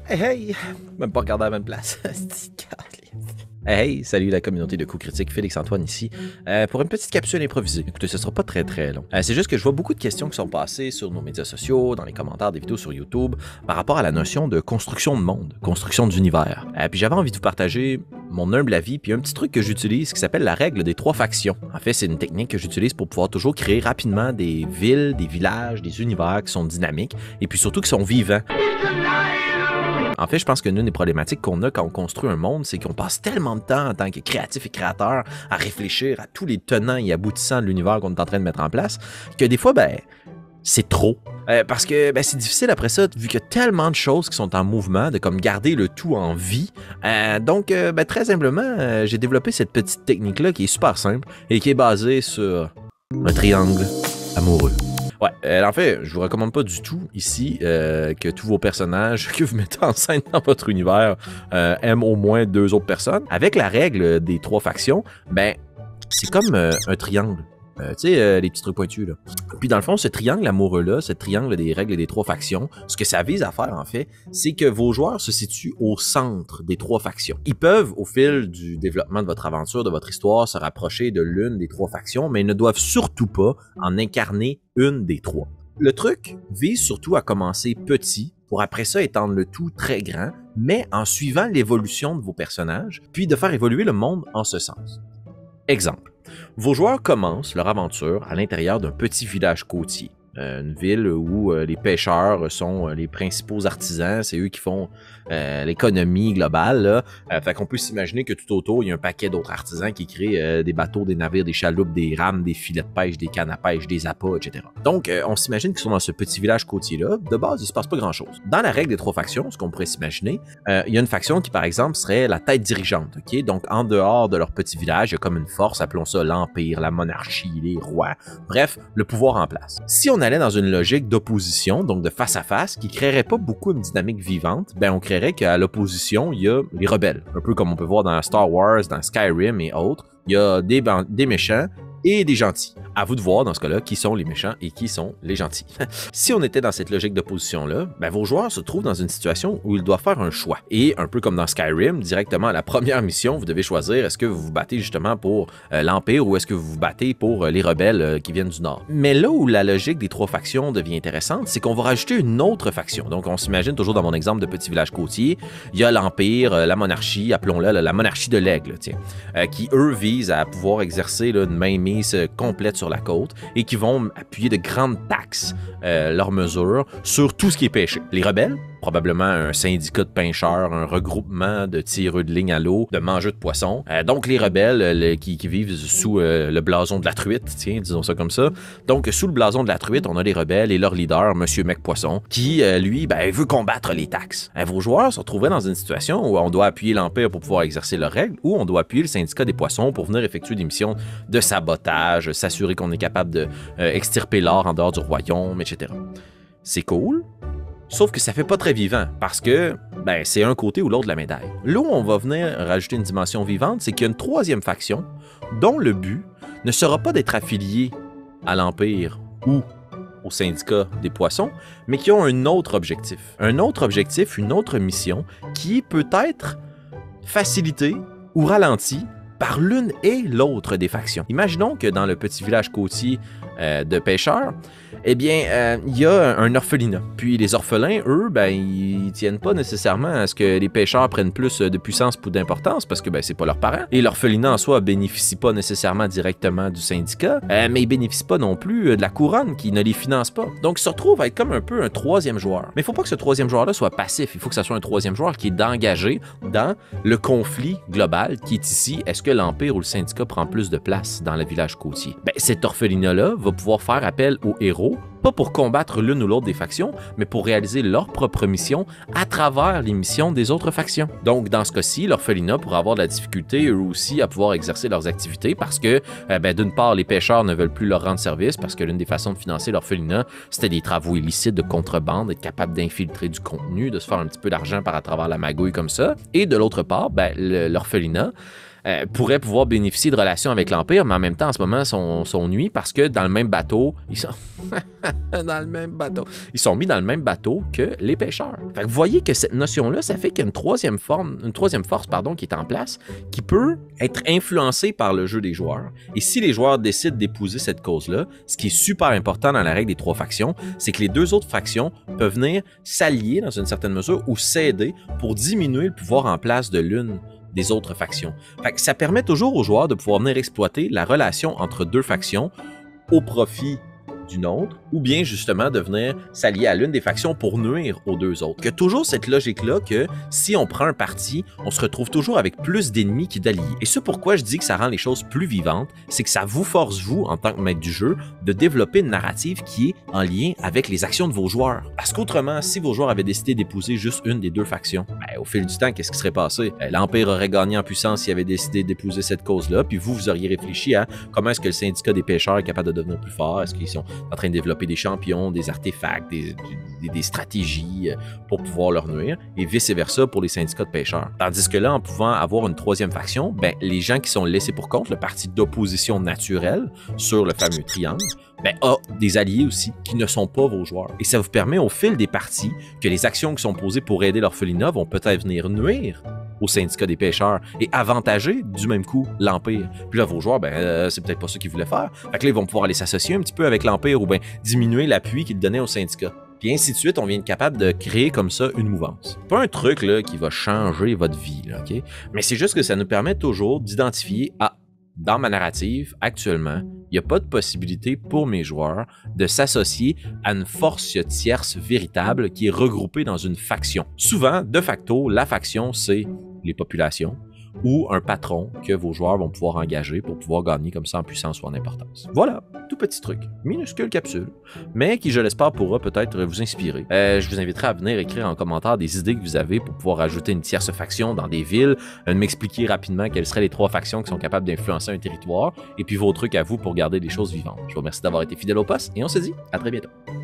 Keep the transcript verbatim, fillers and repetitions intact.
Hey, hey! Même pas regarder à la même place. Hey, hey, salut la communauté de coups critiques, Félix-Antoine ici, euh, pour une petite capsule improvisée. Écoutez, ce sera pas très très long. Euh, c'est juste que je vois beaucoup de questions qui sont passées sur nos médias sociaux, dans les commentaires des vidéos sur YouTube, par rapport à la notion de construction de monde, construction d'univers. Euh, puis j'avais envie de vous partager mon humble avis, puis un petit truc que j'utilise qui s'appelle la règle des trois factions. En fait, c'est une technique que j'utilise pour pouvoir toujours créer rapidement des villes, des villages, des univers qui sont dynamiques, et puis surtout qui sont vivants. En fait, je pense que l'une des problématiques qu'on a quand on construit un monde, c'est qu'on passe tellement de temps en tant que créatif et créateur à réfléchir à tous les tenants et aboutissants de l'univers qu'on est en train de mettre en place, que des fois, ben, c'est trop. Euh, parce que ben, c'est difficile après ça, vu qu'il y a tellement de choses qui sont en mouvement, de comme garder le tout en vie. Euh, donc, euh, ben, très simplement, euh, j'ai développé cette petite technique-là qui est super simple et qui est basée sur un triangle amoureux. Ouais, euh, en fait, je vous recommande pas du tout ici euh, que tous vos personnages que vous mettez en scène dans votre univers euh, aiment au moins deux autres personnes. Avec la règle des trois factions, ben, c'est comme euh, un triangle. Euh, tu sais, euh, les petits trucs pointus, là. Puis dans le fond, ce triangle amoureux-là, ce triangle des règles et des trois factions, ce que ça vise à faire, en fait, c'est que vos joueurs se situent au centre des trois factions. Ils peuvent, au fil du développement de votre aventure, de votre histoire, se rapprocher de l'une des trois factions, mais ils ne doivent surtout pas en incarner une des trois. Le truc vise surtout à commencer petit, pour après ça étendre le tout très grand, mais en suivant l'évolution de vos personnages, puis de faire évoluer le monde en ce sens. Exemple. Vos joueurs commencent leur aventure à l'intérieur d'un petit village côtier. Euh, une ville où euh, les pêcheurs sont euh, les principaux artisans, c'est eux qui font euh, l'économie globale. Là. Euh, fait qu'on peut s'imaginer que tout autour, il y a un paquet d'autres artisans qui créent euh, des bateaux, des navires, des chaloupes, des rames, des filets de pêche, des cannes à pêche, des appâts, et cetera. Donc, euh, on s'imagine qu'ils sont dans ce petit village côtier-là. De base, il se passe pas grand-chose. Dans la règle des trois factions, ce qu'on pourrait s'imaginer, euh, il y a une faction qui, par exemple, serait la tête dirigeante. Ok, donc, en dehors de leur petit village, il y a comme une force, appelons ça l'Empire, la monarchie, les rois, bref, le pouvoir en place. Si on allait dans une logique d'opposition, donc de face à face, qui créerait pas beaucoup une dynamique vivante, ben on créerait qu'à l'opposition, il y a les rebelles. Un peu comme on peut voir dans Star Wars, dans Skyrim et autres. Il y a des, des méchants et des gentils. À vous de voir, dans ce cas-là, qui sont les méchants et qui sont les gentils. Si on était dans cette logique d'opposition-là, ben vos joueurs se trouvent dans une situation où ils doivent faire un choix. Et un peu comme dans Skyrim, directement à la première mission, vous devez choisir est-ce que vous vous battez justement pour euh, l'Empire ou est-ce que vous vous battez pour euh, les rebelles euh, qui viennent du Nord. Mais là où la logique des trois factions devient intéressante, c'est qu'on va rajouter une autre faction. Donc on s'imagine toujours dans mon exemple de petit village côtier, il y a l'Empire, euh, la monarchie, appelons-la la monarchie de l'aigle, tiens, euh, qui eux visent à pouvoir exercer là, une mainmise euh, complète sur la côte et qui vont appuyer de grandes taxes, euh, leurs mesures, sur tout ce qui est pêché. Les rebelles, probablement un syndicat de pêcheurs, un regroupement de tireurs de ligne à l'eau, de mangeurs de poissons. Euh, donc les rebelles le, qui, qui vivent sous euh, le blason de la truite, tiens, disons ça comme ça. Donc sous le blason de la truite, on a les rebelles et leur leader, Monsieur Mec Poisson, qui, euh, lui, ben, veut combattre les taxes. Euh, vos joueurs se retrouveraient dans une situation où on doit appuyer l'Empire pour pouvoir exercer leurs règles, ou on doit appuyer le syndicat des poissons pour venir effectuer des missions de sabotage, s'assurer qu'on est capable de euh, extirper l'or en dehors du royaume, et cetera. C'est cool, sauf que ça fait pas très vivant, parce que ben, c'est un côté ou l'autre de la médaille. Là où on va venir rajouter une dimension vivante, c'est qu'il y a une troisième faction dont le but ne sera pas d'être affilié à l'Empire ou au syndicat des poissons, mais qui ont un autre objectif. Un autre objectif, une autre mission, qui peut être facilitée ou ralentie par l'une et l'autre des factions. Imaginons que dans le petit village côtier euh, de pêcheurs, eh bien, euh, il y a un orphelinat. Puis les orphelins, eux, ben, ils tiennent pas nécessairement à ce que les pêcheurs prennent plus de puissance ou d'importance parce que ben, c'est pas leurs parents. Et l'orphelinat en soi bénéficie pas nécessairement directement du syndicat, euh, mais ils bénéficient pas non plus de la couronne qui ne les finance pas. Donc, ils se retrouvent à être comme un peu un troisième joueur. Mais il faut pas que ce troisième joueur-là soit passif. Il faut que ça soit un troisième joueur qui est engagé dans le conflit global qui est ici. Est-ce que l'Empire ou le syndicat prend plus de place dans le village côtier? Ben, cet orphelinat-là va pouvoir faire appel aux héros, pas pour combattre l'une ou l'autre des factions, mais pour réaliser leur propre mission à travers les missions des autres factions. Donc, dans ce cas-ci, l'orphelinat pourra avoir de la difficulté, eux aussi, à pouvoir exercer leurs activités parce que, euh, ben, d'une part, les pêcheurs ne veulent plus leur rendre service parce que l'une des façons de financer l'orphelinat, c'était des travaux illicites de contrebande, être capable d'infiltrer du contenu, de se faire un petit peu d'argent par à travers la magouille comme ça. Et de l'autre part, ben, l'orphelinat euh, pourraient pouvoir bénéficier de relations avec l'Empire, mais en même temps, en ce moment, sont, sont nuits parce que dans le même bateau, ils sont... dans le même bateau. Ils sont mis dans le même bateau que les pêcheurs. Fait que vous voyez que cette notion-là, ça fait qu'il y a une troisième forme, une troisième force, pardon, qui est en place, qui peut être influencée par le jeu des joueurs. Et si les joueurs décident d'épouser cette cause-là, ce qui est super important dans la règle des trois factions, c'est que les deux autres factions peuvent venir s'allier dans une certaine mesure ou s'aider pour diminuer le pouvoir en place de l'une des autres factions. Fait que ça permet toujours aux joueurs de pouvoir venir exploiter la relation entre deux factions au profit d'une autre, ou bien justement de venir s'allier à l'une des factions pour nuire aux deux autres. Il y a toujours cette logique-là que si on prend un parti, on se retrouve toujours avec plus d'ennemis que d'alliés. Et c'est pourquoi je dis que ça rend les choses plus vivantes, c'est que ça vous force, vous, en tant que maître du jeu, de développer une narrative qui est en lien avec les actions de vos joueurs. Parce qu'autrement, si vos joueurs avaient décidé d'épouser juste une des deux factions, ben, au fil du temps, qu'est-ce qui serait passé? L'Empire aurait gagné en puissance s'il avait décidé d'épouser cette cause-là, puis vous, vous auriez réfléchi à comment est-ce que le syndicat des pêcheurs est capable de devenir plus fort, est-ce qu'ils sont en train de développer des champions, des artefacts, des, des, des stratégies pour pouvoir leur nuire, et vice-versa pour les syndicats de pêcheurs. Tandis que là, en pouvant avoir une troisième faction, ben, les gens qui sont laissés pour compte, le parti d'opposition naturelle sur le fameux triangle, ben, a des alliés aussi qui ne sont pas vos joueurs. Et ça vous permet au fil des parties que les actions qui sont posées pour aider l'orphelinat vont peut-être venir nuire au syndicat des pêcheurs et avantager du même coup l'Empire. Puis là, vos joueurs, ben, euh, c'est peut-être pas ça qu'ils voulaient faire. Fait que là, ils vont pouvoir aller s'associer un petit peu avec l'Empire ou bien diminuer l'appui qu'ils donnaient au syndicat. Puis ainsi de suite, on vient être capable de créer comme ça une mouvance. Pas un truc là, qui va changer votre vie, là, OK? Mais c'est juste que ça nous permet toujours d'identifier, ah, dans ma narrative, actuellement, il n'y a pas de possibilité pour mes joueurs de s'associer à une force tierce véritable qui est regroupée dans une faction. Souvent, de facto, la faction, c'est les populations ou un patron que vos joueurs vont pouvoir engager pour pouvoir gagner comme ça en puissance ou en importance. Voilà, tout petit truc, minuscule capsule, mais qui, je l'espère, pourra peut-être vous inspirer. Euh, je vous inviterai à venir écrire en commentaire des idées que vous avez pour pouvoir ajouter une tierce faction dans des villes, euh, de m'expliquer rapidement quelles seraient les trois factions qui sont capables d'influencer un territoire, et puis vos trucs à vous pour garder les choses vivantes. Je vous remercie d'avoir été fidèle au poste, et on se dit à très bientôt.